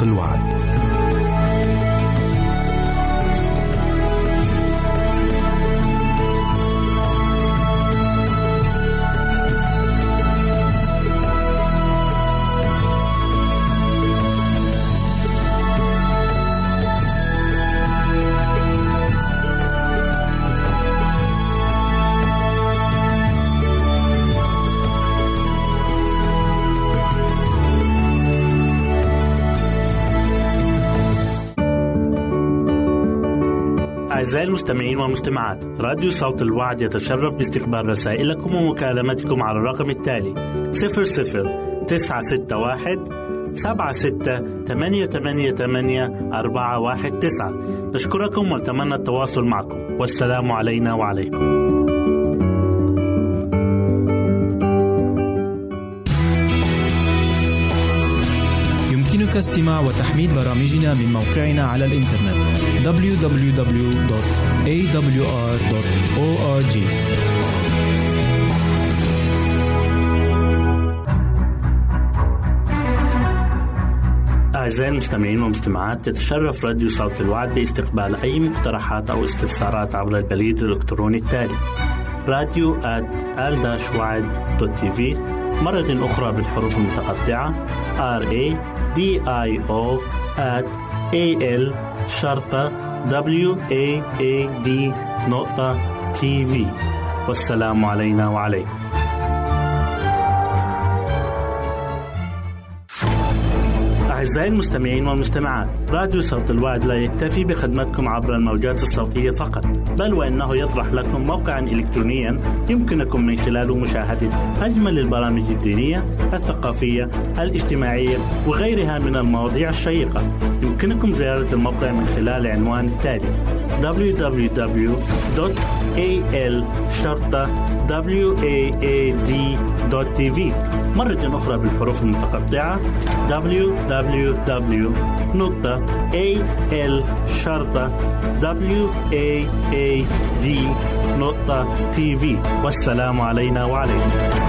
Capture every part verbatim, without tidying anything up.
الوعد. أعزائي المستمعين والمستمعات، راديو صوت الوعد يتشرف باستقبال رسائلكم ومكالمتكم على الرقم التالي صفر صفر تسعة ستة واحد سبعة ستة ثمانية ثمانية ثمانية أربعة واحد تسعة. نشكركم ونتمنى التواصل معكم، والسلام علينا وعليكم. يمكنك استماع وتحميل برامجنا من موقعنا على الإنترنت دبليو دبليو دبليو دوت إيه دبليو آر دوت أو آر جي. أعزائي المستمعين والمستمعات، تتشرف راديو صوت الوعد باستقبال أي مقترحات أو استفسارات عبر البريد الإلكتروني التالي راديو آت آل وعد دوت تي في، مرة أخرى بالحروف المتقطعة R A D I O at A L شرطة W A A D نقطة تي في. والسلام علينا وعليكم. أعزائي المستمعين والمستمعات، راديو صوت الوعد لا يكتفي بخدمتكم عبر الموجات الصوتية فقط، بل وإنه يطرح لكم موقعا إلكترونيا يمكنكم من خلاله مشاهدة أجمل البرامج الدينية، الثقافية، الاجتماعية وغيرها من المواضيع الشيقة. يمكنكم زيارة الموقع من خلال العنوان التالي دبليو دبليو دبليو دوت إيه إل شرطة W A A D دوت تي في، مرة أخرى بالحروف المتقطعة دبليو دبليو دبليو دوت إيه إل شرطة W A A D دوت تي في. والسلام علينا وعليكم.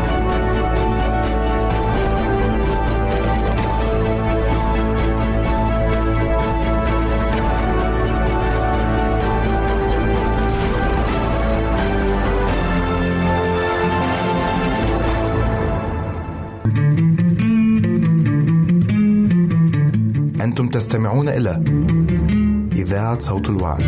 أنتم تستمعون إلى إذاعة صوت الوعد.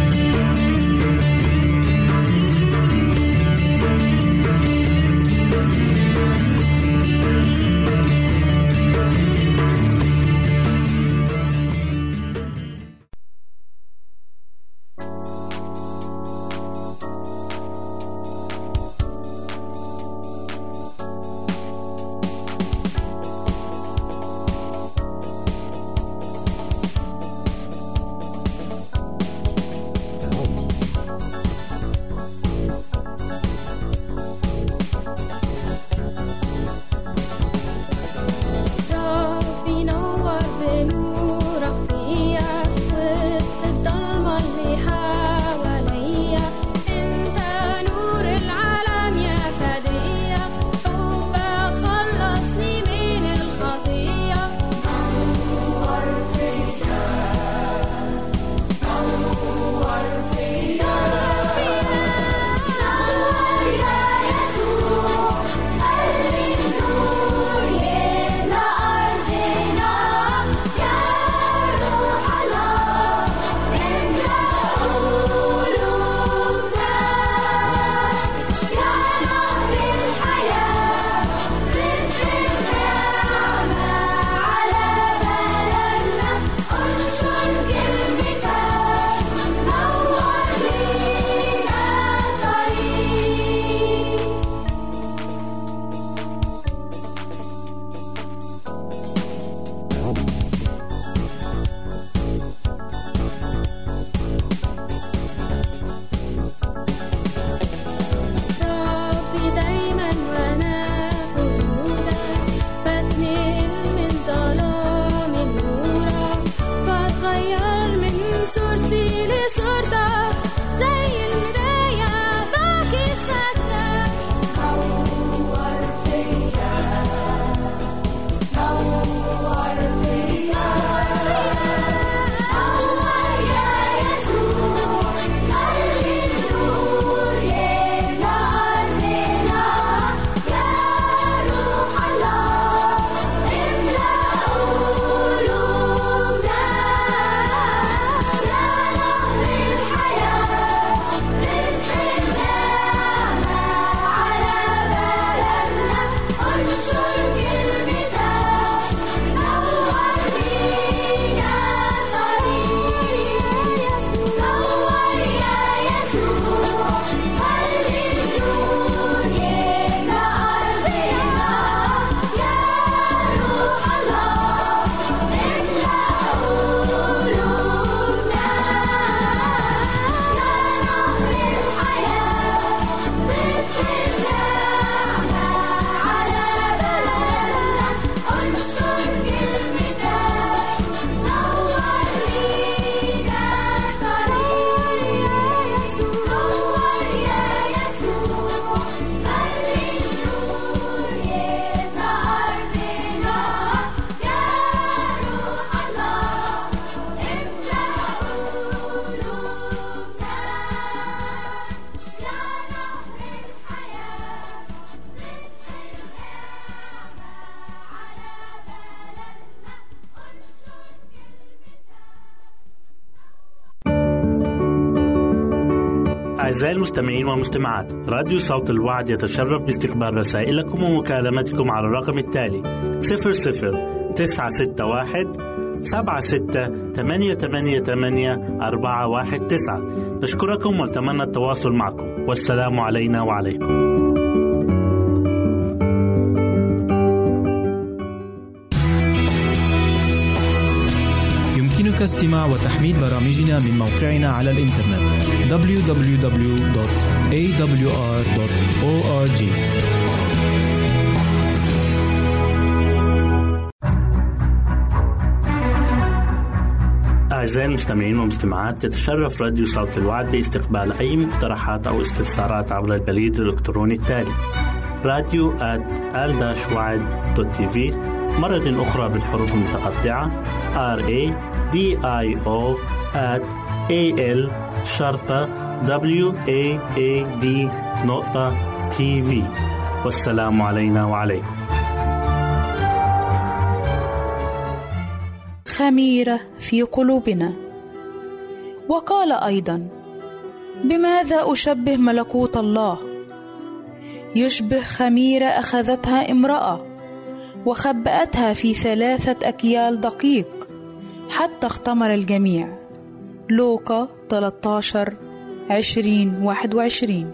Yeah. أعزائي المستمعين والمستمعات، راديو صوت الوعد يتشرف باستقبال رسائلكم ومكالمتكم على الرقم التالي صفر صفر تسعة ستة واحد سبعة ستة ثمانية ثمانية ثمانية أربعة واحد تسعة. نشكركم ونتمنى التواصل معكم، والسلام علينا وعليكم. يمكنك استماع وتحميل برامجنا من موقعنا على الإنترنت دبليو دبليو دبليو دوت إيه دبليو آر دوت أو آر جي. أعزائي المستمعين والمستمعات، تتشرف راديو صوت الوعد باستقبال أي مقترحات أو استفسارات عبر البريد الإلكتروني التالي راديو آت آل وعد دوت تي في، مرة أخرى بالحروف المتقطعة R A D I O at A L شرطة W A A D نقطة تي في. والسلام علينا وعليكم. خميرة في قلوبنا. وقال أيضا: بماذا أشبه ملكوت الله؟ يشبه خميرة أخذتها امرأة وخبأتها في ثلاثة أكيال دقيق حتى اختمر الجميع. لوقا ثلاثة عشر عشرين واحد وعشرين.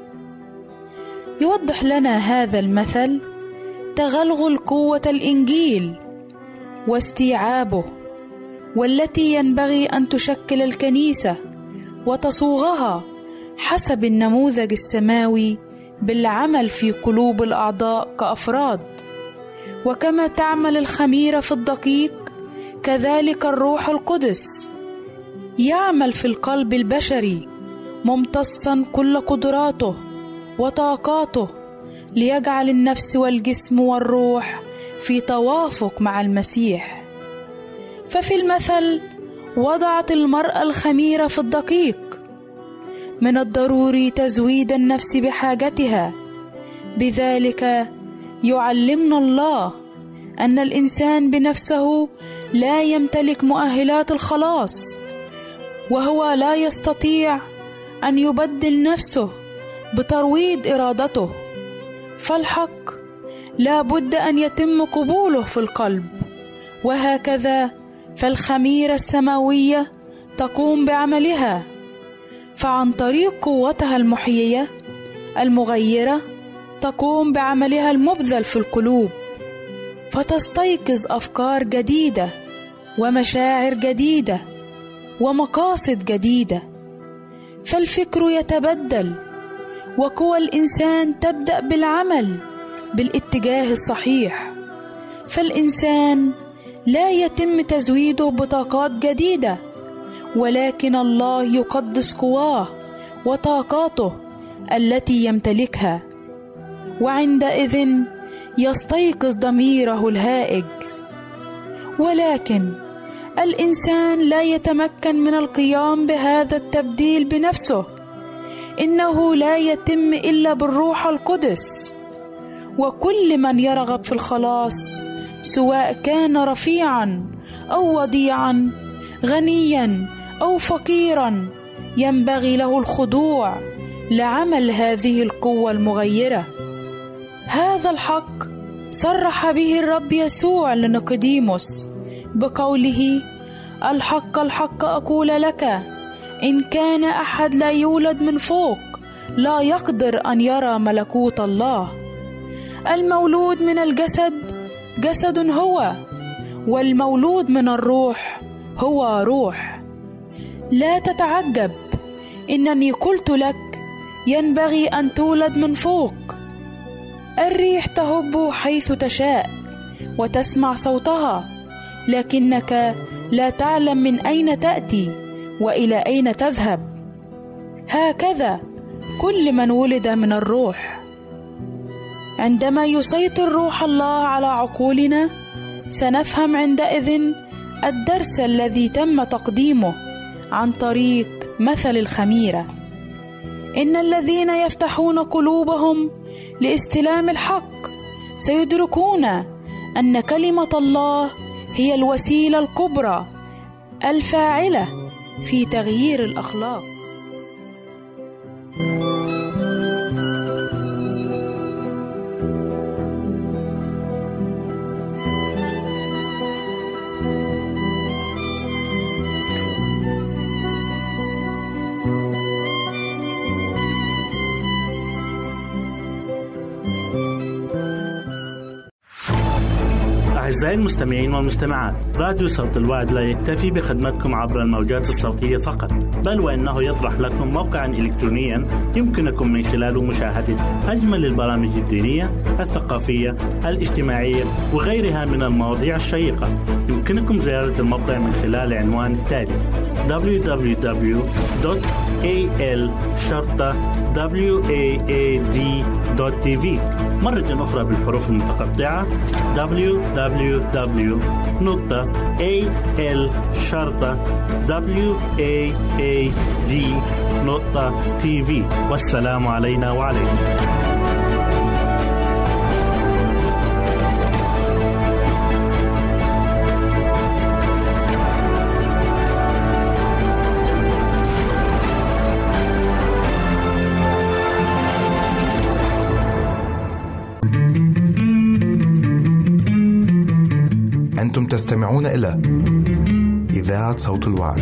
يوضح لنا هذا المثل تغلغل قوة الإنجيل واستيعابه، والتي ينبغي أن تشكل الكنيسة وتصوغها حسب النموذج السماوي بالعمل في قلوب الأعضاء كأفراد. وكما تعمل الخميرة في الدقيق، كذلك الروح القدس يعمل في القلب البشري ممتصا كل قدراته وطاقاته ليجعل النفس والجسم والروح في توافق مع المسيح. ففي المثل وضعت المرأة الخميرة في الدقيق. من الضروري تزويد النفس بحاجتها. بذلك يعلمنا الله أن الإنسان بنفسه لا يمتلك مؤهلات الخلاص، وهو لا يستطيع أن يبدل نفسه بترويض إرادته، فالحق لا بد أن يتم قبوله في القلب. وهكذا فالخميرة السماوية تقوم بعملها، فعن طريق قوتها المحيية المغيرة تقوم بعملها المبذل في القلوب، فتستيقظ أفكار جديدة ومشاعر جديدة ومقاصد جديدة، فالفكر يتبدل، وقوى الإنسان تبدأ بالعمل بالاتجاه الصحيح. فالإنسان لا يتم تزويده بطاقات جديدة، ولكن الله يقدس قواه وطاقاته التي يمتلكها، وعندئذ يستيقظ ضميره الهائج. ولكن الإنسان لا يتمكن من القيام بهذا التبديل بنفسه، إنه لا يتم إلا بالروح القدس. وكل من يرغب في الخلاص، سواء كان رفيعا أو وضيعا، غنيا أو فقيرا، ينبغي له الخضوع لعمل هذه القوة المغيرة. هذا الحق صرح به الرب يسوع لنيقوديموس بقوله: الحق الحق أقول لك، إن كان أحد لا يولد من فوق لا يقدر أن يرى ملكوت الله. المولود من الجسد جسد هو، والمولود من الروح هو روح. لا تتعجب إنني قلت لك ينبغي أن تولد من فوق. الريح تهب حيث تشاء وتسمع صوتها، لكنك لا تعلم من أين تأتي وإلى أين تذهب. هكذا كل من ولد من الروح. عندما يسيطر روح الله على عقولنا، سنفهم عندئذ الدرس الذي تم تقديمه عن طريق مثل الخميرة. إن الذين يفتحون قلوبهم لاستلام الحق سيدركون أن كلمة الله هي الوسيلة الكبرى الفاعلة في تغيير الأخلاق. أعزائي المستمعين والمستمعات، راديو صوت الوعد لا يكتفي بخدمتكم عبر الموجات الصوتية فقط، بل وإنه يطرح لكم موقعا إلكترونيا يمكنكم من خلاله مشاهدة أجمل البرامج الدينية، الثقافية، الاجتماعية وغيرها من المواضيع الشيقة. يمكنكم زيارة الموقع من خلال العنوان التالي دبليو دبليو دبليو دوت إيه إل شرطة واد دوت تي في. مرة أخرى بالحروف المتقطعة دبليو دبليو دبليو دوت إيه إل شرطة واد دوت تي في. والسلام علينا وعليكم. أنتم تستمعون إلى إذاعة صوت الوعد.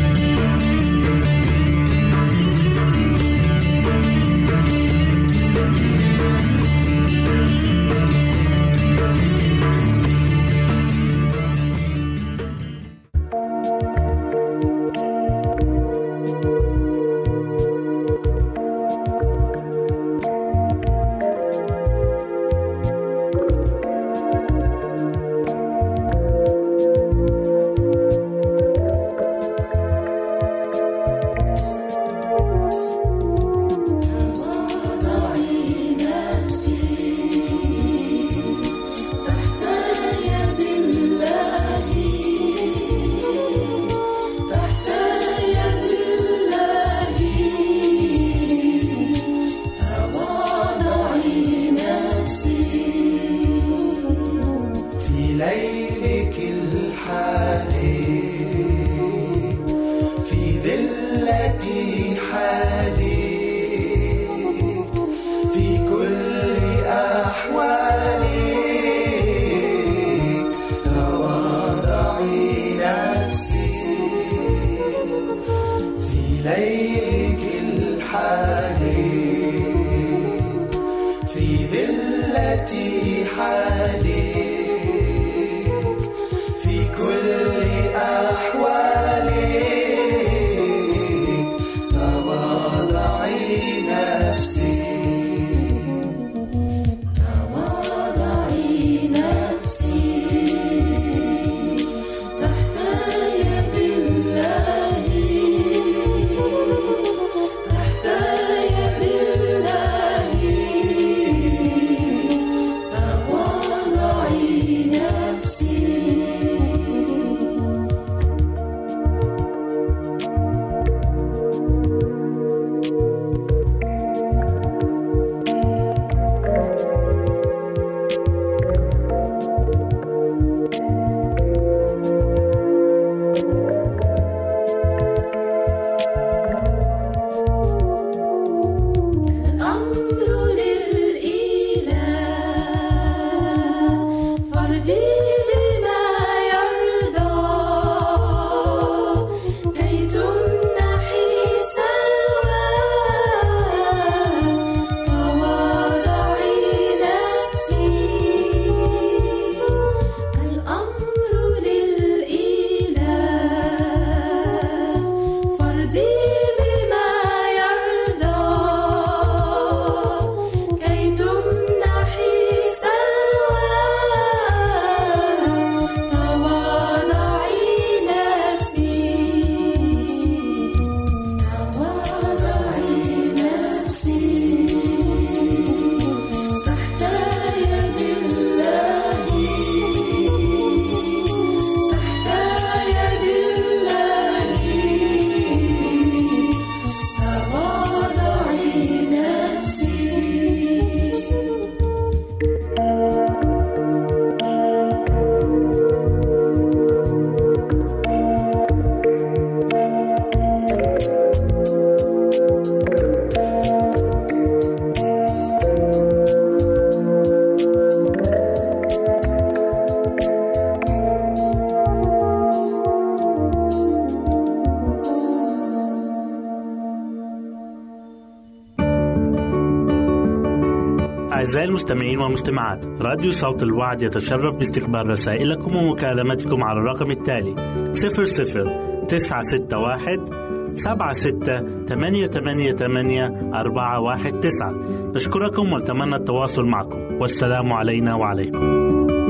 أعزائي المستمعين والمستمعات، راديو صوت الوعد يتشرف باستقبال رسائلكم ومكالمتكم على الرقم التالي صفر صفر تسعة ستة واحد سبعة ستة ثمانية ثمانية ثمانية أربعة واحد تسعة. نشكركم ونتمنى التواصل معكم، والسلام علينا وعليكم.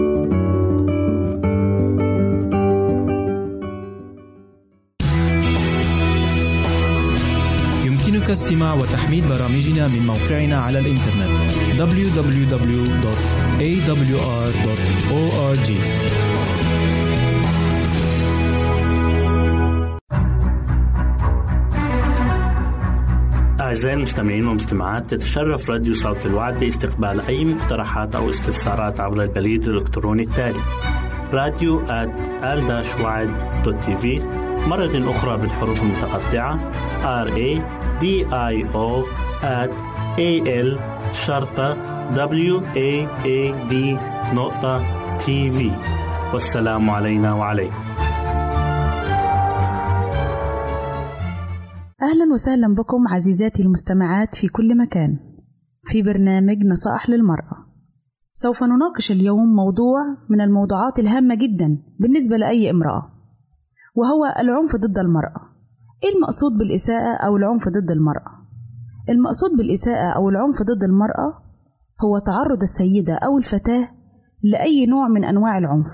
يمكنك استماع وتحميل برامجنا من موقعنا على الإنترنت دبليو دبليو دبليو دوت إيه دبليو آر دوت أو آر جي. أعزائي المستمعين والمستمعات، تتشرف راديو صوت الوعد باستقبال أي مقترحات أو استفسارات عبر البريد الإلكتروني التالي راديو آت آل وعد دوت تي في، مرة أخرى بالحروف المتقطعة R A D I O at A L شرطة W A A D نقطة تي في. والسلام علينا وعليكم. أهلا وسهلا بكم عزيزاتي المستمعات في كل مكان في برنامج نصائح للمرأة. سوف نناقش اليوم موضوع من الموضوعات الهامة جدا بالنسبة لأي امرأة، وهو العنف ضد المرأة. إيه المقصود بالإساءة أو العنف ضد المرأة؟ المقصود بالإساءة أو العنف ضد المرأة هو تعرض السيدة أو الفتاة لأي نوع من أنواع العنف،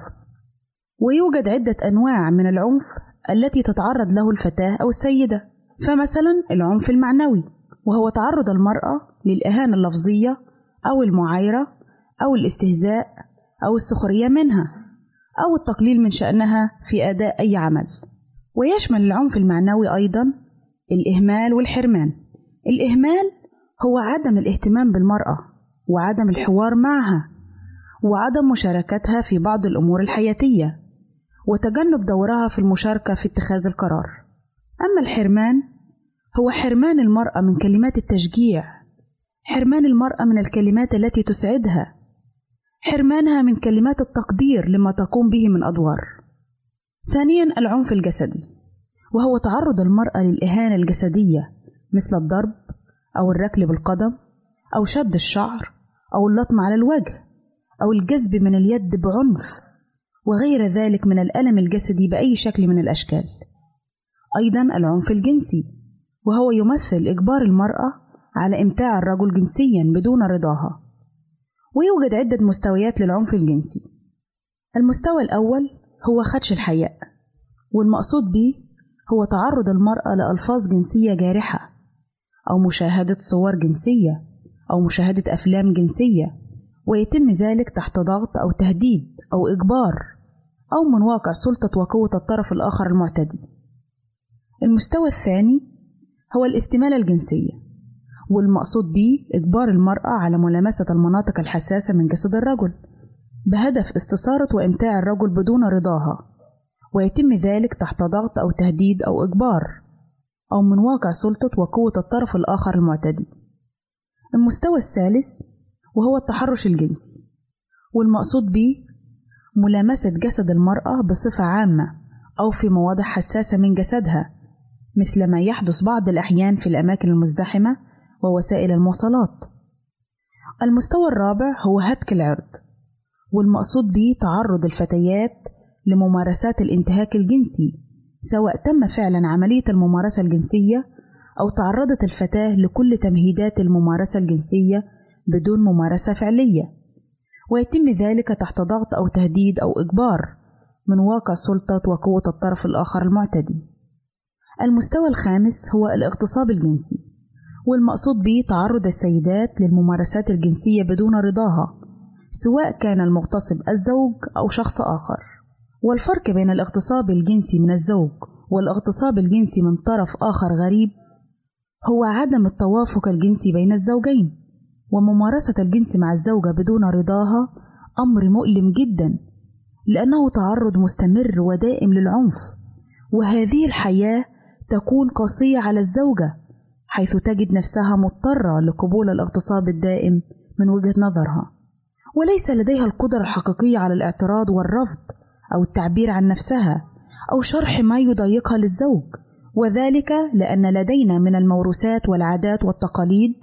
ويوجد عدة أنواع من العنف التي تتعرض له الفتاة أو السيدة. فمثلا العنف المعنوي، وهو تعرض المرأة للإهانة اللفظية أو المعايرة أو الاستهزاء أو السخرية منها أو التقليل من شأنها في أداء أي عمل. ويشمل العنف المعنوي أيضا الإهمال والحرمان. الإهمال هو عدم الاهتمام بالمرأة وعدم الحوار معها وعدم مشاركتها في بعض الأمور الحياتية وتجنب دورها في المشاركة في اتخاذ القرار. أما الحرمان هو حرمان المرأة من كلمات التشجيع، حرمان المرأة من الكلمات التي تسعدها، حرمانها من كلمات التقدير لما تقوم به من أدوار. ثانيا العنف الجسدي، وهو تعرض المرأة للإهانة الجسدية مثل الضرب أو الركل بالقدم أو شد الشعر أو اللطم على الوجه أو الجذب من اليد بعنف وغير ذلك من الألم الجسدي بأي شكل من الأشكال. أيضا العنف الجنسي، وهو يمثل إجبار المرأة على إمتاع الرجل جنسيا بدون رضاها. ويوجد عدة مستويات للعنف الجنسي. المستوى الأول هو خدش الحياء، والمقصود به هو تعرض المرأة لألفاظ جنسية جارحة أو مشاهدة صور جنسية أو مشاهدة أفلام جنسية، ويتم ذلك تحت ضغط أو تهديد أو إجبار أو من واقع سلطة وقوة الطرف الآخر المعتدي. المستوى الثاني هو الاستمالة الجنسية، والمقصود به إجبار المرأة على ملامسة المناطق الحساسة من جسد الرجل بهدف استثارة وإمتاع الرجل بدون رضاها، ويتم ذلك تحت ضغط أو تهديد أو إجبار أو من واقع سلطة وقوة الطرف الآخر المعتدي. المستوى الثالث وهو التحرش الجنسي، والمقصود به ملامسة جسد المرأة بصفة عامة أو في مواضع حساسة من جسدها، مثل ما يحدث بعض الأحيان في الأماكن المزدحمة ووسائل المواصلات. المستوى الرابع هو هتك العرض، والمقصود به تعرض الفتيات لممارسات الانتهاك الجنسي، سواء تم فعلا عملية الممارسة الجنسية أو تعرضت الفتاة لكل تمهيدات الممارسة الجنسية بدون ممارسة فعلية، ويتم ذلك تحت ضغط أو تهديد أو إجبار من واقع سلطة وقوة الطرف الآخر المعتدي. المستوى الخامس هو الاغتصاب الجنسي، والمقصود به تعرض السيدات للممارسات الجنسية بدون رضاها، سواء كان المغتصب الزوج أو شخص آخر. والفرق بين الاغتصاب الجنسي من الزوج والاغتصاب الجنسي من طرف آخر غريب هو عدم التوافق الجنسي بين الزوجين، وممارسة الجنس مع الزوجة بدون رضاها أمر مؤلم جدا، لأنه تعرض مستمر ودائم للعنف، وهذه الحياة تكون قاسية على الزوجة، حيث تجد نفسها مضطرة لقبول الاغتصاب الدائم من وجهة نظرها، وليس لديها القدرة الحقيقية على الاعتراض والرفض أو التعبير عن نفسها أو شرح ما يضايقها للزوج، وذلك لأن لدينا من الموروثات والعادات والتقاليد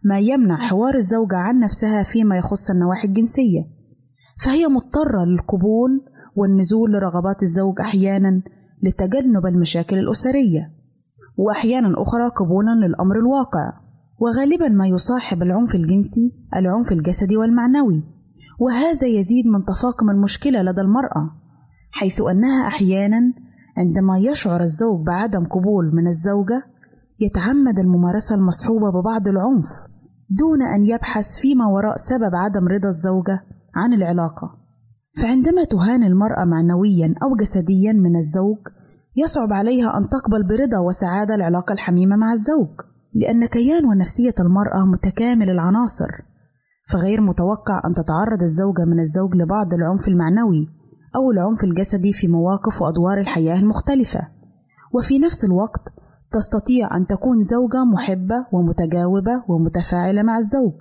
ما يمنع حوار الزوجة عن نفسها فيما يخص النواحي الجنسية، فهي مضطرة للقبول والنزول لرغبات الزوج أحيانا لتجنب المشاكل الأسرية، وأحيانا أخرى قبولا للأمر الواقع. وغالبا ما يصاحب العنف الجنسي العنف الجسدي والمعنوي، وهذا يزيد من تفاقم المشكلة لدى المرأة، حيث أنها أحيانا عندما يشعر الزوج بعدم قبول من الزوجة يتعمد الممارسة المصحوبة ببعض العنف دون أن يبحث فيما وراء سبب عدم رضا الزوجة عن العلاقة. فعندما تهان المرأة معنويا أو جسديا من الزوج يصعب عليها أن تقبل برضا وسعادة العلاقة الحميمة مع الزوج، لأن كيان ونفسية المرأة متكامل العناصر، فغير متوقع أن تتعرض الزوجة من الزوج لبعض العنف المعنوي أو العنف الجسدي في مواقف وأدوار الحياة المختلفة، وفي نفس الوقت تستطيع أن تكون زوجة محبة ومتجاوبة ومتفاعلة مع الزوج.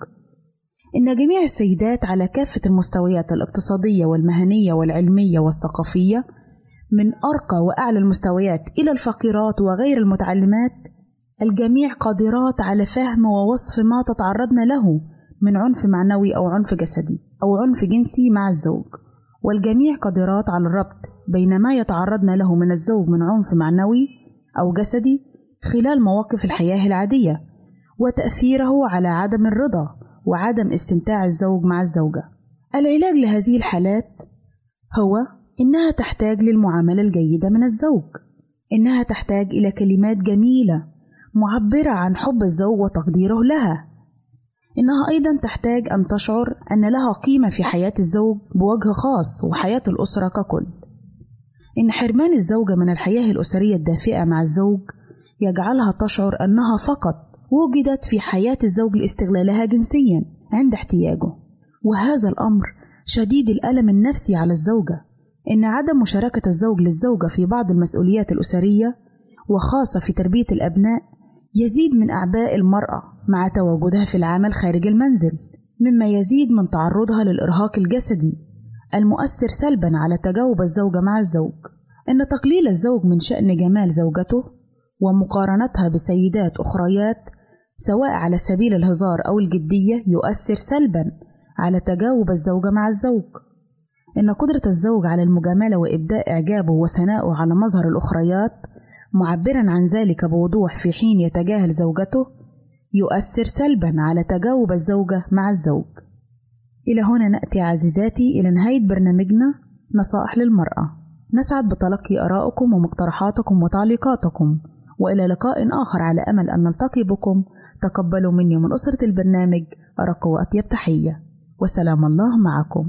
إن جميع السيدات على كافة المستويات الاقتصادية والمهنية والعلمية والثقافية، من أرقى وأعلى المستويات إلى الفقيرات وغير المتعلمات، الجميع قادرات على فهم ووصف ما تتعرضن له من عنف معنوي أو عنف جسدي أو عنف جنسي مع الزوج، والجميع قادرات على الربط بين ما يتعرضن له من الزوج من عنف معنوي أو جسدي خلال مواقف الحياة العادية وتأثيره على عدم الرضا وعدم استمتاع الزوج مع الزوجة. العلاج لهذه الحالات هو إنها تحتاج للمعاملة الجيدة من الزوج، إنها تحتاج إلى كلمات جميلة معبرة عن حب الزوج وتقديره لها، إنها أيضا تحتاج أن تشعر أن لها قيمة في حياة الزوج بوجه خاص وحياة الأسرة ككل. إن حرمان الزوجة من الحياة الأسرية الدافئة مع الزوج يجعلها تشعر أنها فقط وجدت في حياة الزوج لاستغلالها جنسيا عند احتياجه، وهذا الأمر شديد الألم النفسي على الزوجة. إن عدم مشاركة الزوج للزوجة في بعض المسؤوليات الأسرية وخاصة في تربية الأبناء يزيد من أعباء المرأة مع تواجدها في العمل خارج المنزل، مما يزيد من تعرضها للإرهاق الجسدي المؤثر سلبا على تجاوب الزوجة مع الزوج. إن تقليل الزوج من شأن جمال زوجته ومقارنتها بسيدات أخريات سواء على سبيل الهزار أو الجدية يؤثر سلبا على تجاوب الزوجة مع الزوج. إن قدرة الزوج على المجاملة وإبداء إعجابه وثنائه على مظهر الأخريات معبرا عن ذلك بوضوح في حين يتجاهل زوجته يؤثر سلبا على تجاوب الزوجة مع الزوج. إلى هنا نأتي عزيزاتي إلى نهاية برنامجنا نصائح للمرأة. نسعد بتلقي آرائكم ومقترحاتكم وتعليقاتكم، وإلى لقاء آخر على أمل أن نلتقي بكم. تقبلوا مني من أسرة البرنامج أرق وأطيب تحية، وسلام الله معكم.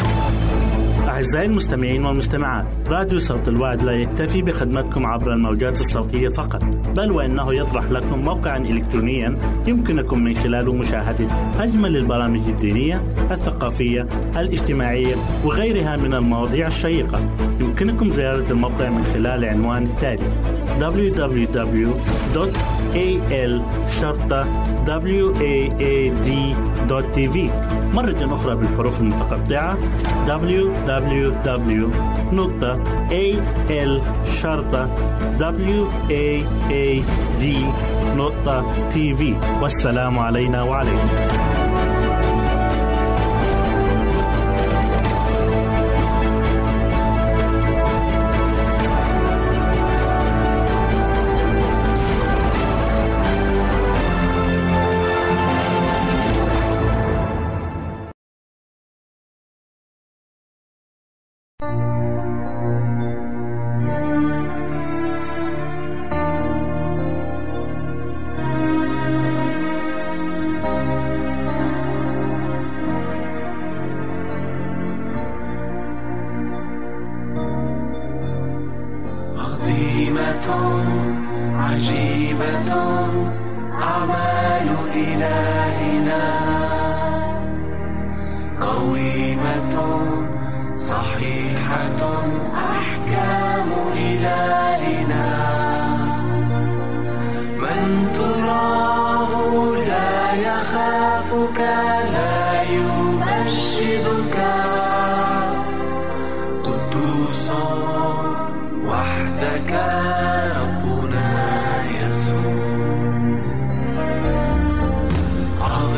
أعزائي المستمعين والمستمعات، راديو صوت الوعد لا يكتفي بخدمتكم عبر الموجات الصوتية فقط، بل وإنه يطرح لكم موقعا إلكترونيا يمكنكم من خلاله مشاهدة أجمل البرامج الدينية، الثقافية، الاجتماعية وغيرها من المواضيع الشيقة. يمكنكم زيارة الموقع من خلال العنوان التالي دبليو دبليو دبليو دوت إيه إل شرطة واد دوت تي في. مرة أخرى بالحروف المتقطعة دبليو دبليو دبليو دوت إيه إل شرطة واد دوت تي في. والسلام علينا وعليكم. عجيبة أعمال إلهنا، قويمة صحيحة أحكام إلهنا. من تراه لا يخافك لا يمجدك، قدوس وحدك ربنا يسوع.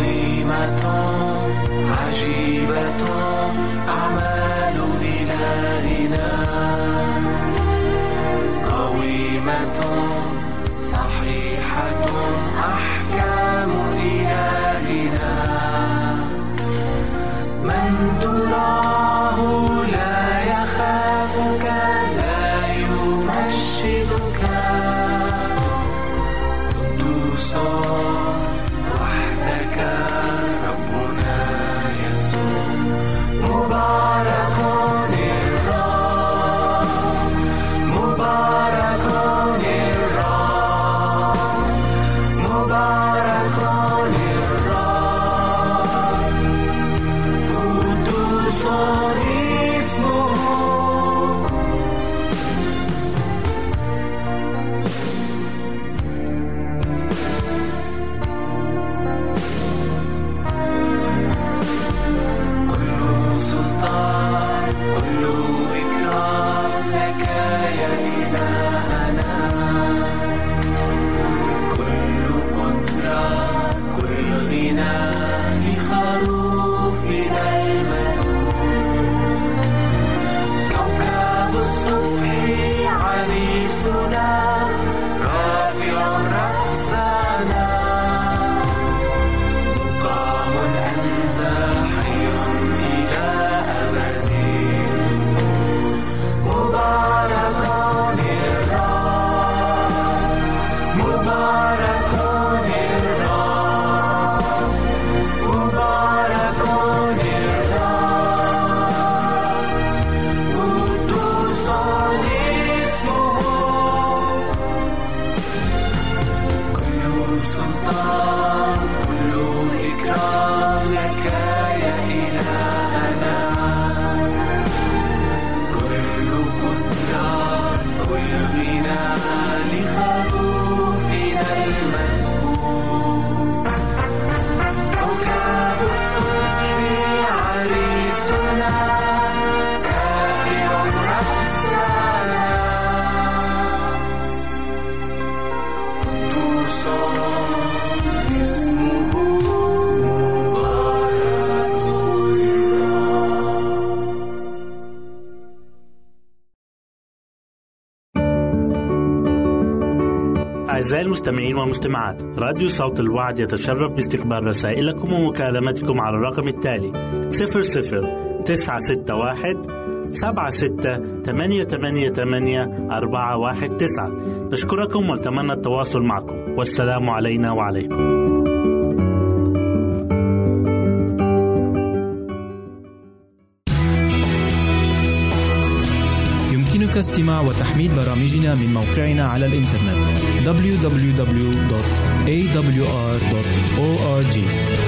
صحيحة أحكام إلهنا من تراه لا يخافك لا يمجدك قدوس وحدك ربنا يسوع مبارك الرب مبارك الرب مبارك الرب قدوس اسمه كل سلطان كل إكرام لك يا إلهنا كل قدرة كل غنى لخروفنا المدعو كوكب الصبح عريسنا رافع رأسنا مقام أنت حي إلى أبد مبارك الرب مبارك الرب مبارك الرب قدوس اسمه كل سلطان كل إكرام لك يا إلهنا كل قدرة كل غنى لخروفنا المدعو كوكب الصبح عريسنا رافع رأسنا قدوس اسمه مبارك أعزائي المستمعين والمستمعات، راديو صوت الوعد يتشرف باستقبال رسائلكم ومكالمتكم على الرقم التالي صفر صفر تسعة ستة واحد سبعة ستة ثمانية ثمانية ثمانية أربعة واحد تسعة. نشكركم ونتمنى التواصل معكم، والسلام علينا وعليكم. يمكنك استماع وتحميل برامجنا من موقعنا على الإنترنت دبليو دبليو دبليو دوت إيه دبليو آر دوت أو آر جي.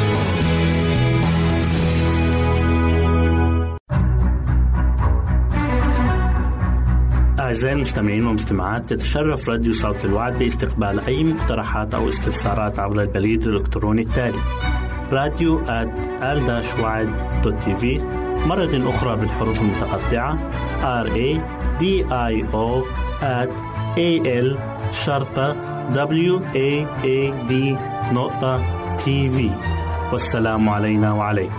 أعزائي المستمعين والمستمعات، تتشرف راديو صوت الوعد باستقبال أي مقترحات أو استفسارات عبر البريد الإلكتروني التالي راديو آت آل وعد دوت تي في، مرة أخرى بالحروف المتقطعة آر إيه دي آي أو آت إيه إل شرطة دبليو إيه إيه دي نقطة تي في. والسلام علينا وعليكم.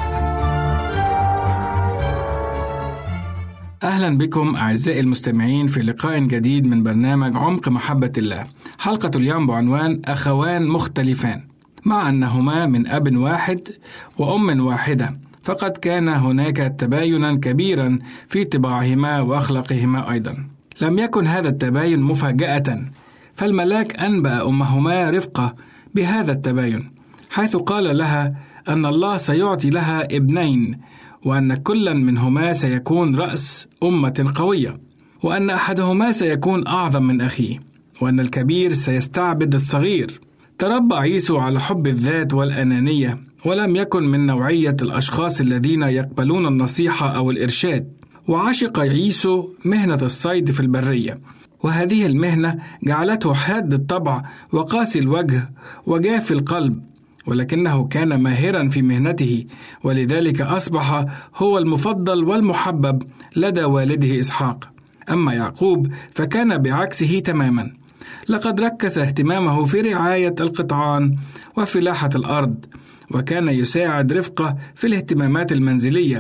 أهلا بكم أعزائي المستمعين في لقاء جديد من برنامج عمق محبة الله. حلقة اليوم بعنوان أخوان مختلفان، مع أنهما من أب واحد وأم واحدة، فقد كان هناك تباينا كبيرا في طباعهما وأخلاقهما أيضا. لم يكن هذا التباين مفاجأة، فالملاك أنبأ أمهما رفقة بهذا التباين، حيث قال لها أن الله سيعطي لها ابنين، وأن كلا منهما سيكون رأس أمة قوية، وأن أحدهما سيكون أعظم من أخيه، وأن الكبير سيستعبد الصغير. تربى عيسو على حب الذات والأنانية، ولم يكن من نوعية الأشخاص الذين يقبلون النصيحة أو الإرشاد. وعشق عيسو مهنة الصيد في البرية، وهذه المهنة جعلته حاد الطبع وقاسي الوجه وجاف القلب، ولكنه كان ماهرا في مهنته، ولذلك أصبح هو المفضل والمحبب لدى والده إسحاق. أما يعقوب فكان بعكسه تماما، لقد ركز اهتمامه في رعاية القطعان وفلاحة الأرض، وكان يساعد رفقة في الاهتمامات المنزلية،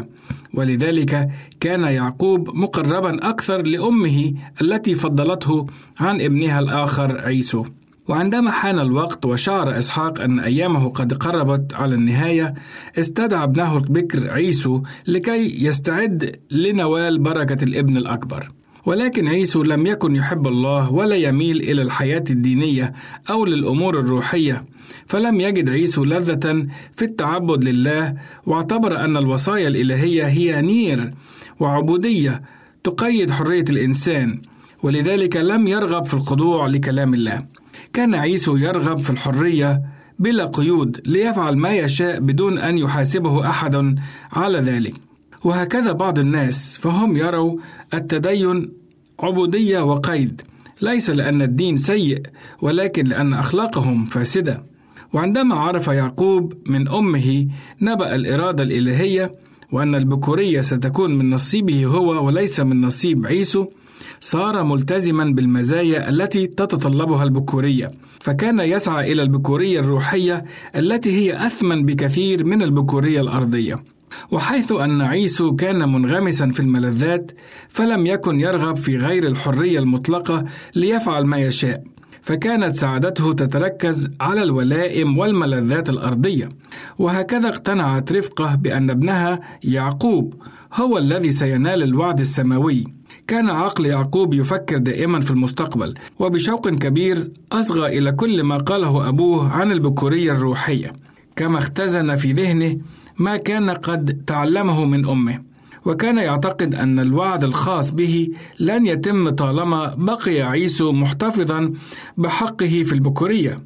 ولذلك كان يعقوب مقربا أكثر لأمه التي فضلته عن ابنها الآخر عيسو. وعندما حان الوقت وشعر إسحاق أن أيامه قد قربت على النهاية، استدعى ابنه البكر عيسو لكي يستعد لنوال بركة الابن الأكبر. ولكن عيسو لم يكن يحب الله ولا يميل إلى الحياة الدينية أو للأمور الروحية، فلم يجد عيسو لذة في التعبد لله، واعتبر أن الوصايا الإلهية هي نير وعبودية تقيد حرية الإنسان، ولذلك لم يرغب في الخضوع لكلام الله. كان عيسو يرغب في الحرية بلا قيود ليفعل ما يشاء بدون أن يحاسبه أحد على ذلك. وهكذا بعض الناس، فهم يروا التدين عبودية وقيد، ليس لأن الدين سيء ولكن لأن أخلاقهم فاسدة. وعندما عرف يعقوب من أمه نبأ الإرادة الإلهية وأن البكورية ستكون من نصيبه هو وليس من نصيب عيسو، صار ملتزما بالمزايا التي تتطلبها البكورية، فكان يسعى إلى البكورية الروحية التي هي أثمن بكثير من البكورية الأرضية. وحيث أن عيسو كان منغمسا في الملذات، فلم يكن يرغب في غير الحرية المطلقة ليفعل ما يشاء، فكانت سعادته تتركز على الولائم والملذات الأرضية. وهكذا اقتنعت رفقة بأن ابنها يعقوب هو الذي سينال الوعد السماوي. كان عقل يعقوب يفكر دائما في المستقبل، وبشوق كبير أصغى إلى كل ما قاله أبوه عن البكورية الروحية، كما اختزن في ذهنه ما كان قد تعلمه من أمه. وكان يعتقد أن الوعد الخاص به لن يتم طالما بقي عيسو محتفظا بحقه في البكورية،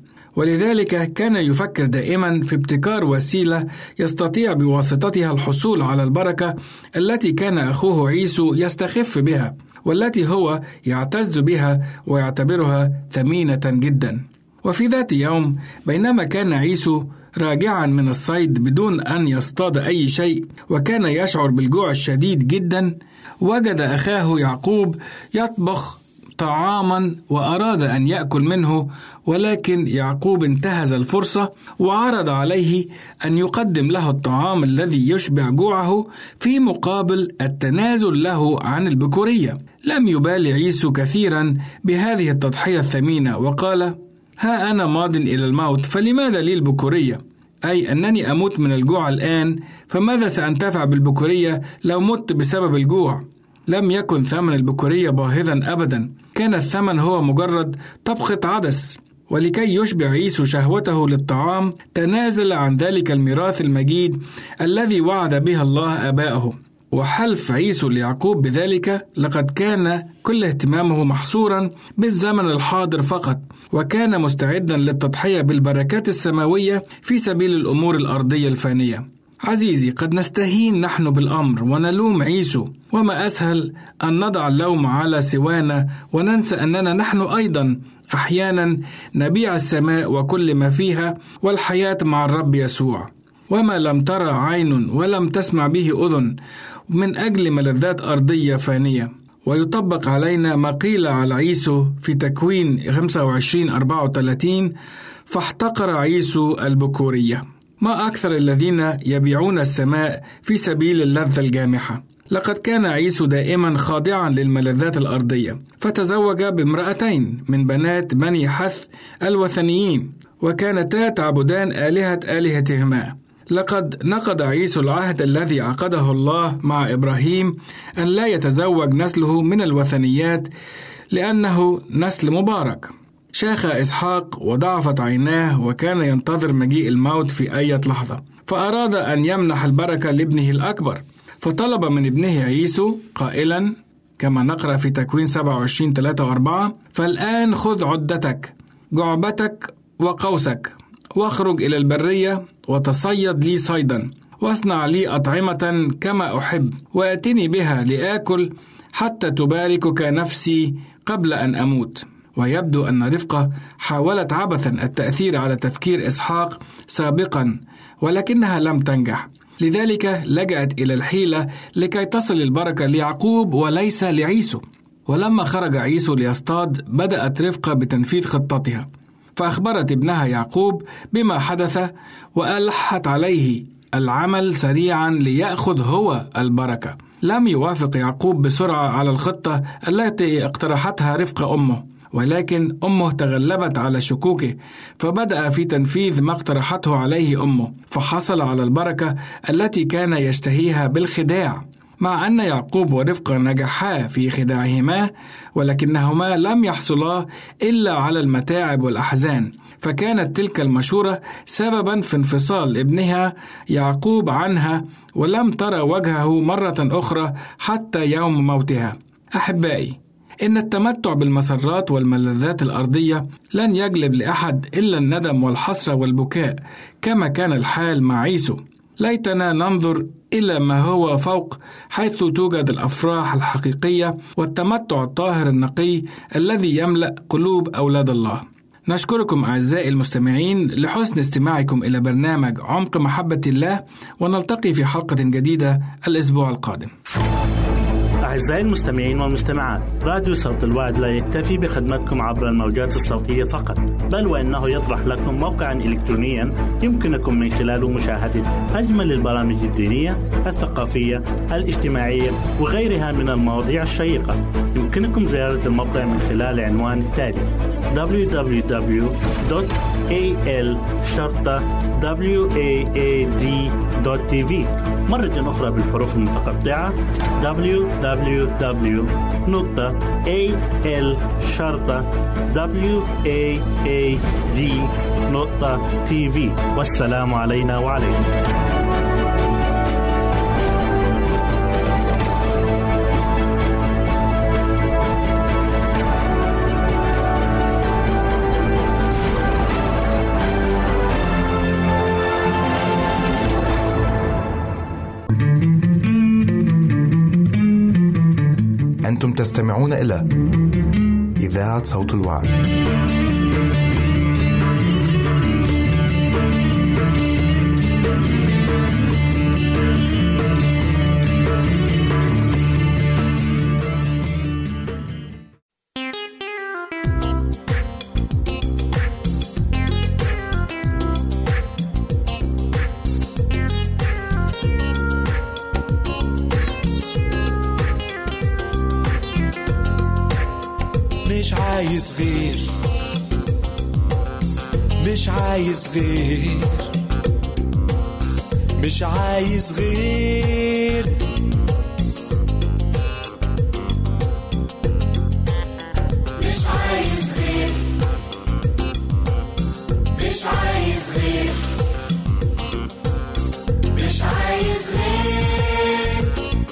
ولذلك كان يفكر دائما في ابتكار وسيلة يستطيع بواسطتها الحصول على البركة التي كان أخوه عيسو يستخف بها، والتي هو يعتز بها ويعتبرها ثمينة جدا. وفي ذات يوم بينما كان عيسو راجعا من الصيد بدون أن يصطاد أي شيء، وكان يشعر بالجوع الشديد جدا، وجد أخاه يعقوب يطبخ طعاما وأراد أن يأكل منه، ولكن يعقوب انتهز الفرصة وعرض عليه أن يقدم له الطعام الذي يشبع جوعه في مقابل التنازل له عن البكورية. لم يبالي عيسو كثيرا بهذه التضحية الثمينة، وقال: ها أنا ماض إلى الموت، فلماذا لي البكورية؟ أي أنني أموت من الجوع الآن، فماذا سأنتفع بالبكورية لو مت بسبب الجوع؟ لم يكن ثمن البكورية باهظا أبدا، كان الثمن هو مجرد طبخة عدس. ولكي يشبع عيسو شهوته للطعام تنازل عن ذلك الميراث المجيد الذي وعد به الله آباءه. وحلف عيسو ليعقوب بذلك لقد كان كل اهتمامه محصورا بالزمن الحاضر فقط، وكان مستعدا للتضحية بالبركات السماوية في سبيل الأمور الأرضية الفانية. عزيزي، قد نستهين نحن بالأمر ونلوم عيسو، وما أسهل أن نضع اللوم على سوانا وننسى أننا نحن أيضا أحيانا نبيع السماء وكل ما فيها والحياة مع الرب يسوع. وما لم ترى عين ولم تسمع به أذن من أجل ملذات أرضية فانية. ويطبق علينا ما قيل على عيسو في تكوين خمسة وعشرين أربعة وثلاثين: فاحتقر عيسو البكورية. ما أكثر الذين يبيعون السماء في سبيل اللذة الجامحة. لقد كان عيسو دائما خاضعا للملذات الأرضية، فتزوج بامرأتين من بنات بني حث الوثنيين، وكانتا تعبدان آلهة آلهتهما. لقد نقض عيسو العهد الذي عقده الله مع إبراهيم أن لا يتزوج نسله من الوثنيات لأنه نسل مبارك. شاخ إسحاق وضعفت عيناه، وكان ينتظر مجيء الموت في أي لحظة، فأراد أن يمنح البركة لابنه الأكبر، فطلب من ابنه عيسو قائلا كما نقرأ في تكوين سبعة وعشرين ثلاثة وأربعة: فالآن خذ عدتك جعبتك وقوسك واخرج إلى البرية وتصيد لي صيدا، واصنع لي أطعمة كما أحب، وأتني بها لآكل حتى تباركك نفسي قبل أن أموت. ويبدو أن رفقة حاولت عبثا التأثير على تفكير إسحاق سابقا، ولكنها لم تنجح، لذلك لجأت إلى الحيلة لكي تصل البركة ليعقوب وليس لعيسو. ولما خرج عيسو ليصطاد، بدأت رفقة بتنفيذ خطتها، فأخبرت ابنها يعقوب بما حدث، وألحت عليه العمل سريعا ليأخذ هو البركة. لم يوافق يعقوب بسرعة على الخطة التي اقترحتها رفقة أمه، ولكن أمه تغلبت على شكوكه فبدأ في تنفيذ ما اقترحته عليه أمه، فحصل على البركة التي كان يشتهيها بالخداع. مع أن يعقوب ورفقة نجحا في خداعهما، ولكنهما لم يحصلا إلا على المتاعب والأحزان، فكانت تلك المشورة سببا في انفصال ابنها يعقوب عنها، ولم ترى وجهه مرة أخرى حتى يوم موتها. أحبائي، إن التمتع بالمسرات والملذات الأرضية لن يجلب لأحد إلا الندم والحسرة والبكاء، كما كان الحال مع عيسو. ليتنا ننظر إلى ما هو فوق، حيث توجد الأفراح الحقيقية والتمتع الطاهر النقي الذي يملأ قلوب أولاد الله. نشكركم أعزائي المستمعين لحسن استماعكم إلى برنامج عمق محبة الله، ونلتقي في حلقة جديدة الأسبوع القادم. أعزائي المستمعين والمستمعات، راديو صوت الوعد لا يكتفي بخدمتكم عبر الموجات الصوتية فقط، بل وإنه يطرح لكم موقعا إلكترونيا يمكنكم من خلاله مشاهدة أجمل البرامج الدينية، الثقافية، الاجتماعية وغيرها من المواضيع الشيقة. يمكنكم زيارة الموقع من خلال العنوان التالي دبليو دبليو دبليو دوت إيه إل شرطة واد دوت تي في. مرة أخرى بالحروف المتقطعة دبليو دبليو دبليو دوت إيه إل شرطة واد دوت تي في. والسلام علينا وعليكم. أنتم تستمعون إلى إذاعة صوت الوعد. مش عايز غير مش عايز غير مش عايز غير مش عايز غير مش عايز غير مش عايز غير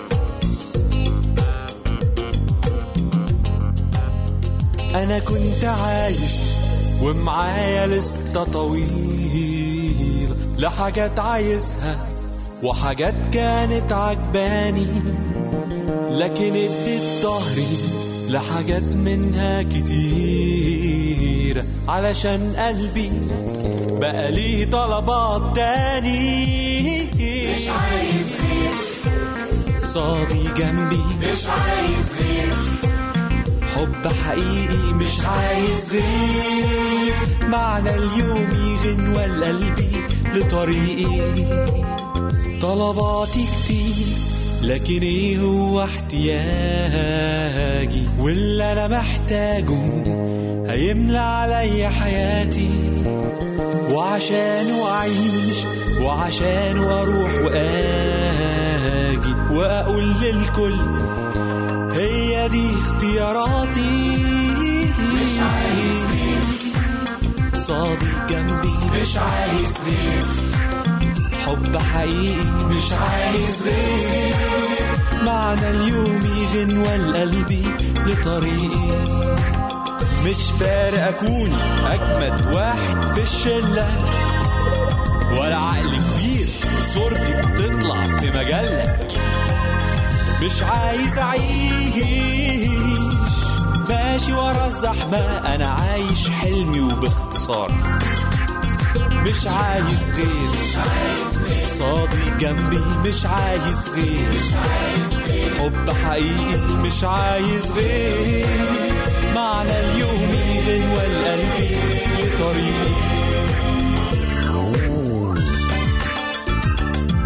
أنا كنت عايش ومعايا لستة طويلة لحاجات عايزها وحاجات كانت عجباني، لكن اديت ظهري لحاجات منها كتير علشان قلبي بقى ليه طلبات تاني. مش عايز غير صادي جنبي، مش عايز غير حب حقيقي، مش عايز غير معنى اليوم يغنوى لقلبي لطريقي. طلباتي كتير لكن ايه هو احتياجي، واللي انا محتاجه هيملى علي حياتي، وعشانه اعيش وعشانه اروح واجي واقول للكل هي دي اختياراتي. مش عايز غير صادق جنبي، مش عايز غير حب حقيقي، مش عايز غير معنى اليوم يغنوى لقلبي لطريقي. مش فارق اكون اجمد واحد في الشله، ولا عقل كبير وصورتي بتطلع في مجله. مش عايز أعيش ماشي ورا الزحمة، أنا عايش حلمي وباختصار. مش عايز غير صادق جنبي، مش عايز غير حب حقيقي، مش عايز غير معنى اليوم يغنوى لقلبي لطريقي.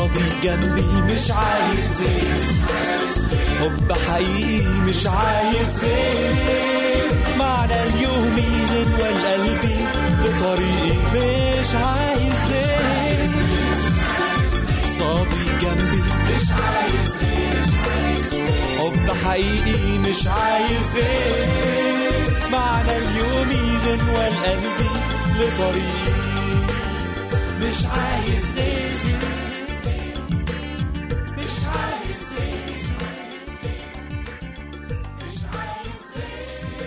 صديق جنبي مش عايز غير، حب حقيقي مش عايز غير، معنى اليومي غنوة لقلبي لطريقي مش عايز غير، صديق جنبي مش عايز غير، حب حقيقي مش عايز غير، معنى اليومي غنوة لقلبي لطريقي مش عايز غير، مش عايز غير، مش عايز غير.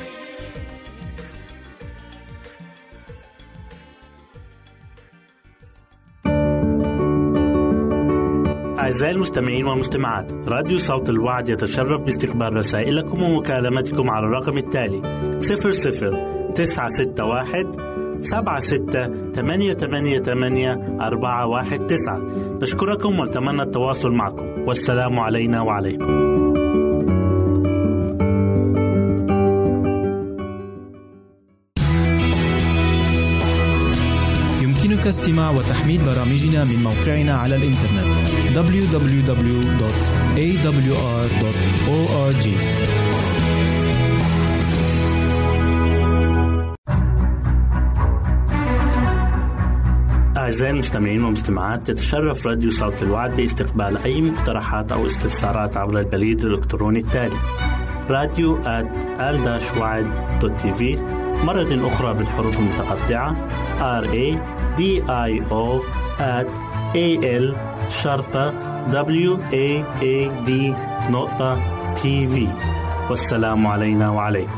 أعزائي المستمعين والمستمعات، راديو صوت الوعد يتشرف باستقبال رسائلكم ومكالمتكم على الرقم التالي صفر صفر تسعة ستة واحد سبعة ستة ثمانية ثمانية ثمانية أربعة واحد تسعة. نشكركم ونتمنى التواصل معكم، والسلام علينا وعليكم. يمكنك استماع وتحميل برامجنا من موقعنا على الإنترنت دبليو دبليو دبليو دوت إيه دبليو آر دوت أو آر جي. أعزائي المستمعين والمستمعات، تتشرف راديو صوت الوعد باستقبال أي مقترحات أو استفسارات عبر البريد الإلكتروني التالي راديو آت آل وعد دوت تي في، مرة أخرى بالحروف المتقطعة R A D I O at A L شرطة W A A D نقطة تي في. والسلام علينا وعليكم.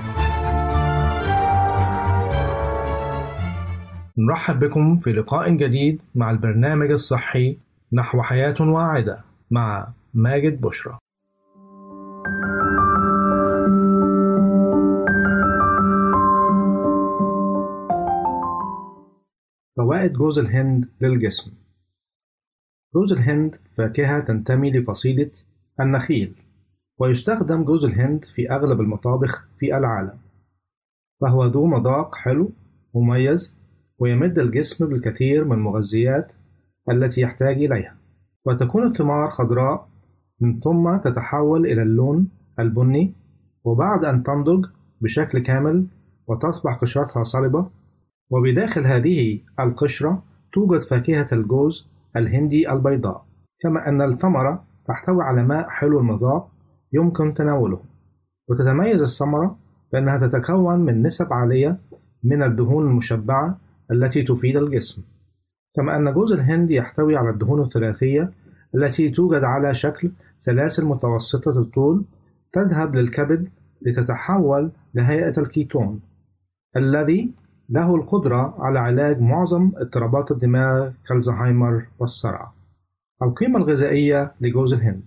نرحب بكم في لقاء جديد مع البرنامج الصحي نحو حياة واعدة مع ماجد بشرى. فوائد جوز الهند للجسم. جوز الهند فاكهة تنتمي لفصيلة النخيل، ويستخدم جوز الهند في أغلب المطابخ في العالم، فهو ذو مذاق حلو مميز، ويمد الجسم بالكثير من المغذيات التي يحتاج إليها، وتكون الثمار خضراء من ثم تتحول إلى اللون البني، وبعد أن تنضج بشكل كامل وتصبح قشرتها صلبة، وبداخل هذه القشرة توجد فاكهة الجوز الهندي البيضاء، كما أن الثمرة تحتوي على ماء حلو المذاق يمكن تناوله. وتتميز الثمرة بأنها تتكون من نسب عالية من الدهون المشبعة التي تفيد الجسم، كما أن جوز الهند يحتوي على الدهون الثلاثية التي توجد على شكل سلاسل متوسطة الطول تذهب للكبد لتتحول لهيئة الكيتون الذي له القدرة على علاج معظم اضطرابات الدماغ كالزهايمر والصرع. القيمة الغذائية لجوز الهند: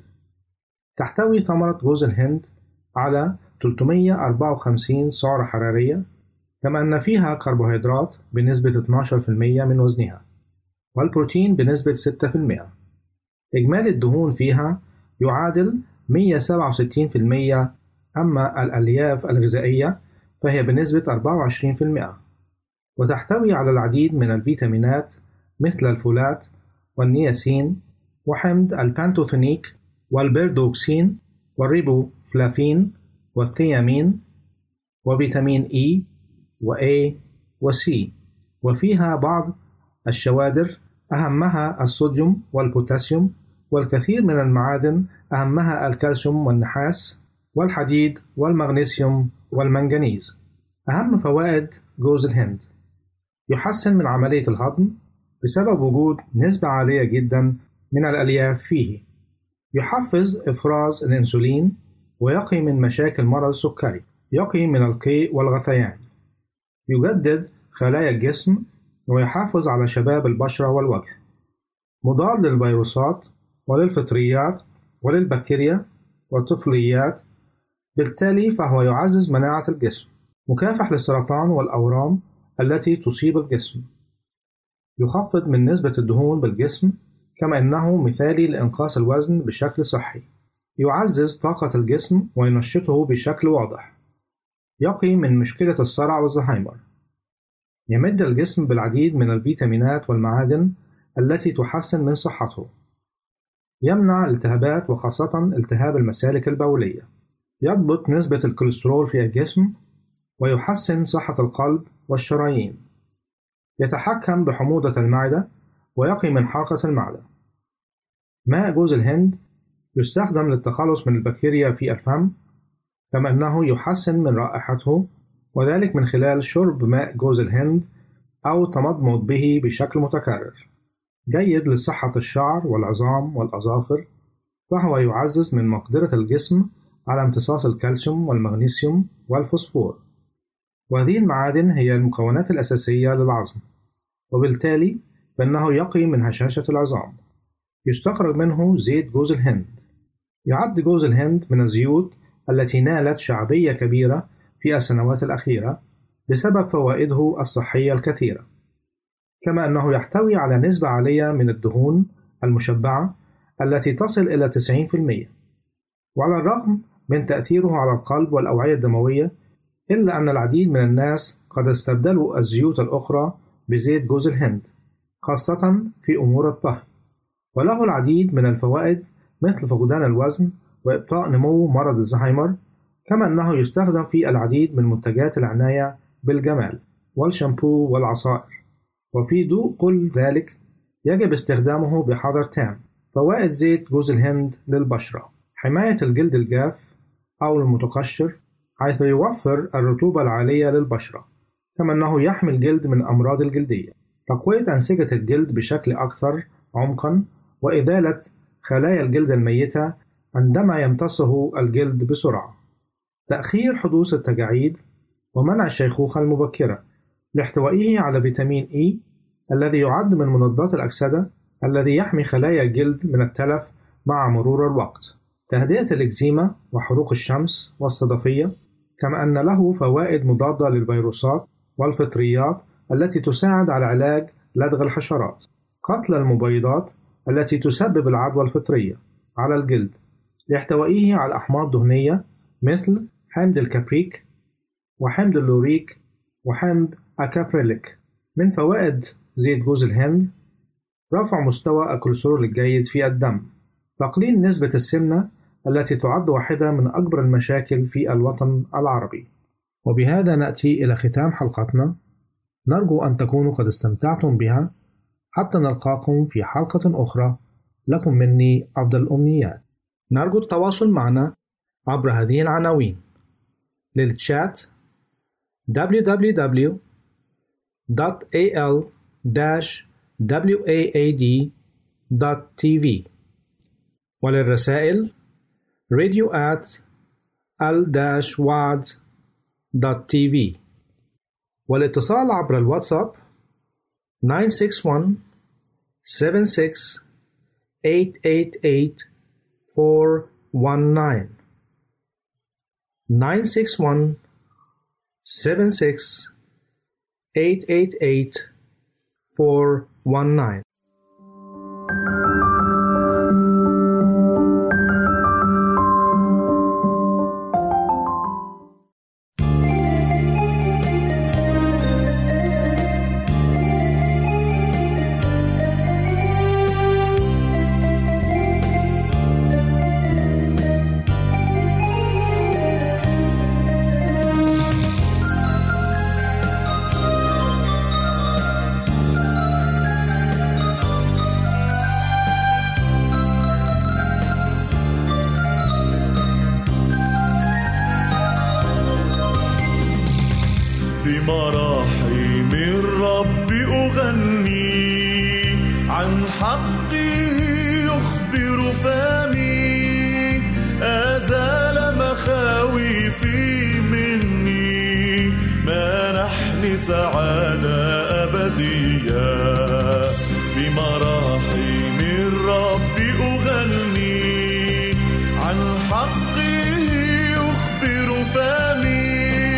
تحتوي ثمرة جوز الهند على ثلاثمائة وأربعة وخمسين سعرة حرارية، كما أن فيها كربوهيدرات بنسبة اثني عشر بالمئة من وزنها، والبروتين بنسبة ستة بالمئة. إجمالي الدهون فيها يعادل مئة وسبعة وستين بالمئة، أما الألياف الغذائية فهي بنسبة أربعة وعشرين بالمئة. وتحتوي على العديد من الفيتامينات مثل الفولات والنياسين وحمض البانتوثينيك والبيردوكسين والريبوفلافين والثيامين وفيتامين إي وA وC، وفيها بعض الشوادر أهمها الصوديوم والبوتاسيوم، والكثير من المعادن أهمها الكالسيوم والنحاس والحديد والمغنيسيوم والمنغنيز. أهم فوائد جوز الهند: يحسن من عملية الهضم بسبب وجود نسبة عالية جدا من الألياف فيه، يحفز إفراز الأنسولين ويقي من مشاكل مرض السكري، يقي من القيء والغثيان، يجدد خلايا الجسم ويحافظ على شباب البشرة والوجه، مضاد للفيروسات وللفطريات وللبكتيريا والطفيليات، بالتالي فهو يعزز مناعة الجسم، مكافح للسرطان والأورام التي تصيب الجسم، يخفض من نسبة الدهون بالجسم، كما أنه مثالي لإنقاص الوزن بشكل صحي، يعزز طاقة الجسم وينشطه بشكل واضح، يقي من مشكلة الصرع والزهايمر، يمد الجسم بالعديد من الفيتامينات والمعادن التي تحسن من صحته، يمنع الالتهابات وخاصة التهاب المسالك البولية، يضبط نسبة الكوليسترول في الجسم، ويحسن صحة القلب والشرايين، يتحكم بحموضة المعدة ويقي من حرقة المعدة. ماء جوز الهند يستخدم للتخلص من البكتيريا في الفم، كما أنه يحسن من رائحته، وذلك من خلال شرب ماء جوز الهند أو تمضمض به بشكل متكرر. جيد لصحة الشعر والعظام والأظافر، وهو يعزز من مقدرة الجسم على امتصاص الكالسيوم والمغنيسيوم والفوسفور، وهذه المعادن هي المكونات الأساسية للعظم، وبالتالي فإنه يقي من هشاشة العظام. يستخرج منه زيت جوز الهند. يعد جوز الهند من الزيوت التي نالت شعبية كبيرة في السنوات الأخيرة بسبب فوائده الصحية الكثيرة، كما أنه يحتوي على نسبة عالية من الدهون المشبعة التي تصل إلى تسعين بالمئة. وعلى الرغم من تأثيره على القلب والأوعية الدموية، إلا أن العديد من الناس قد استبدلوا الزيوت الأخرى بزيت جوز الهند، خاصة في أمور الطهي، وله العديد من الفوائد مثل فقدان الوزن وإبطاء نمو مرض الزهايمر، كما أنه يستخدم في العديد من منتجات العناية بالجمال والشامبو والعصائر. وفي ضوء كل ذلك يجب استخدامه بحذر تام. فوائد زيت جوز الهند للبشرة: حماية الجلد الجاف أو المتقشر، حيث يوفر الرطوبة العالية للبشرة، كما أنه يحمي الجلد من أمراض الجلدية. تقوية أنسجة الجلد بشكل أكثر عمقا، وإزالة خلايا الجلد الميتة عندما يمتصه الجلد بسرعة. تأخير حدوث التجاعيد ومنع الشيخوخة المبكرة، لاحتوائه على فيتامين إي الذي يعد من مضادات الأكسدة الذي يحمي خلايا الجلد من التلف مع مرور الوقت. تهدئة الإكزيما وحروق الشمس والصدفية، كما أن له فوائد مضادة للفيروسات والفطريات التي تساعد على علاج لدغ الحشرات. قتل المبيضات التي تسبب العدوى الفطرية على الجلد، لاحتوائه على أحماض دهنية مثل حمض الكابريك وحمض اللوريك وحمض الكابريليك. من فوائد زيت جوز الهند: رفع مستوى الكوليسترول الجيد في الدم، تقليل نسبة السمنة التي تعد واحدة من أكبر المشاكل في الوطن العربي. وبهذا نأتي إلى ختام حلقتنا، نرجو أن تكونوا قد استمتعتم بها. حتى نلقاكم في حلقة أخرى، لكم مني أفضل الأمنيات. نرجو التواصل معنا عبر هذه العناوين: للتشات دبليو دبليو دبليو دوت إيه إل واد دوت تي في، وللرسائل radio at ال واد دوت تي في، والاتصال عبر الواتساب nine six one seven six eight eight eight four one nine nine six one seven six eight eight eight four one nine. بمراحم الرب أغني، عن حقه يخبر فمي، أزال مخاوفي مني، منحني سعادة أبدية. بمراحم الرب أغني، عن حقه يخبر فمي،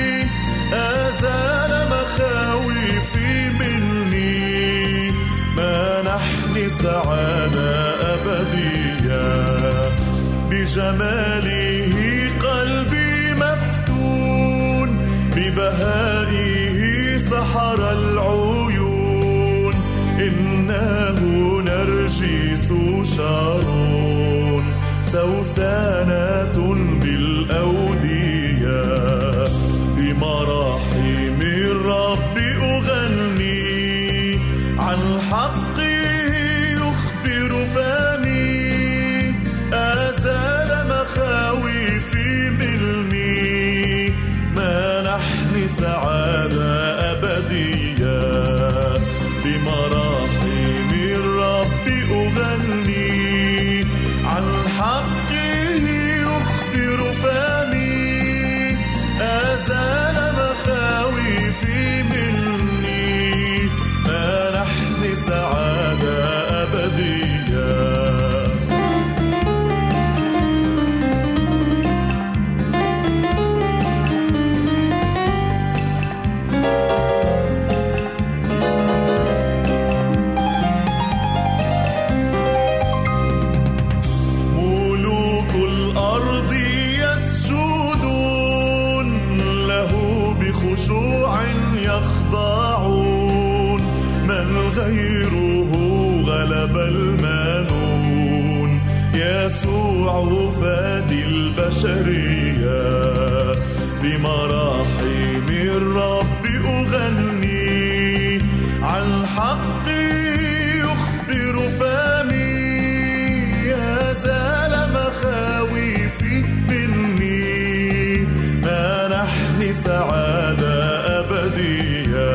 أزال مخاوفي مني، منحني سعادة أبدية. بجماله قلبي مفتون، ببهائه سحر العيون، إنه نرجو نرجس شارون سوسانة بالأودية بمراحم الرب أغني عن حقه يخبر فمي أزال مخاوفي مني منحني سعادة أبدية بمراحم الرب أغني عن حقه يخبر فمي أزال مخاوفي مني منحني سعادة أبدية. يخضعون من غيره غلب المنون يسوع فادي البشرية بمراحم الرب أغني عن حقي يخبر فمي يزال مخاوفي مني منحني سعادة أبدية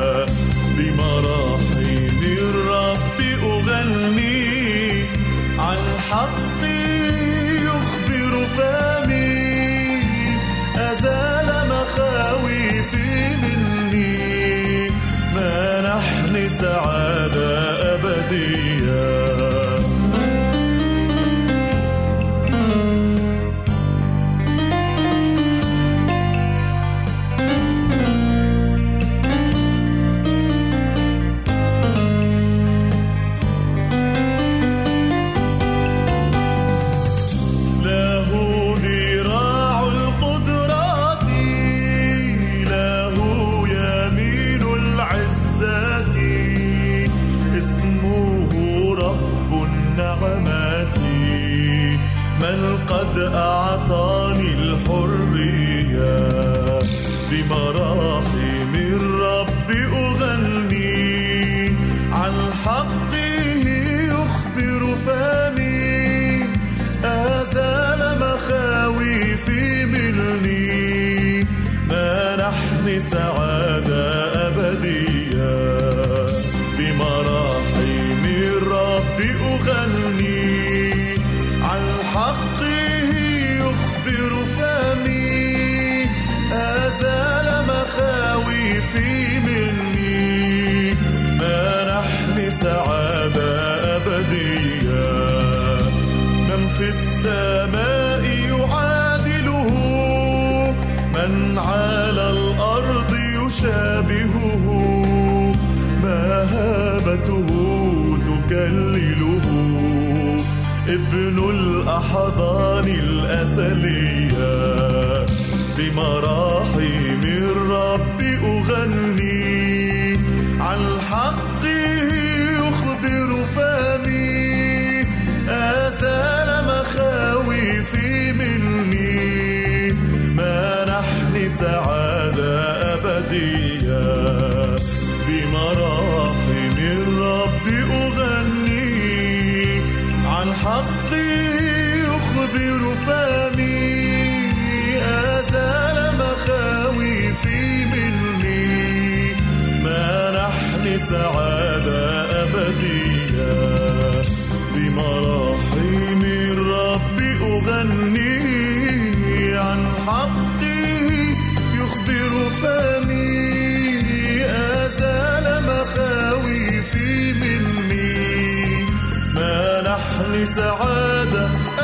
بمراحم الرب أغني عن حقي يخبر فمي أزال مخاوفي مني منحني سعادة أبدية. من قد أعطاني الحرية بمراحم الرب أغني عن حقه يخبر فمي أزال مخاوفي مني منحني سعادة أبدية بمراحم الرب أغني عن حقه يخبر فمي أزال مخاوفي مني منحني سعادة أبدية. من في السماء يعادله من على الأرض يشابهه مهابته تكلله ابن الأحضان الأزلية بمراحم الرب أغني عن حقه يخبر فمي أزال مخاوفي مني منحني سعادة أبدية بمراحم الرب أغني عن حقي يخبر فمي أزال مخاوفي مني منحني سعادة أبدية بمراحم الرب أغني عن حقي يخبر فمي أزال مخاوفي مني منحني سعادة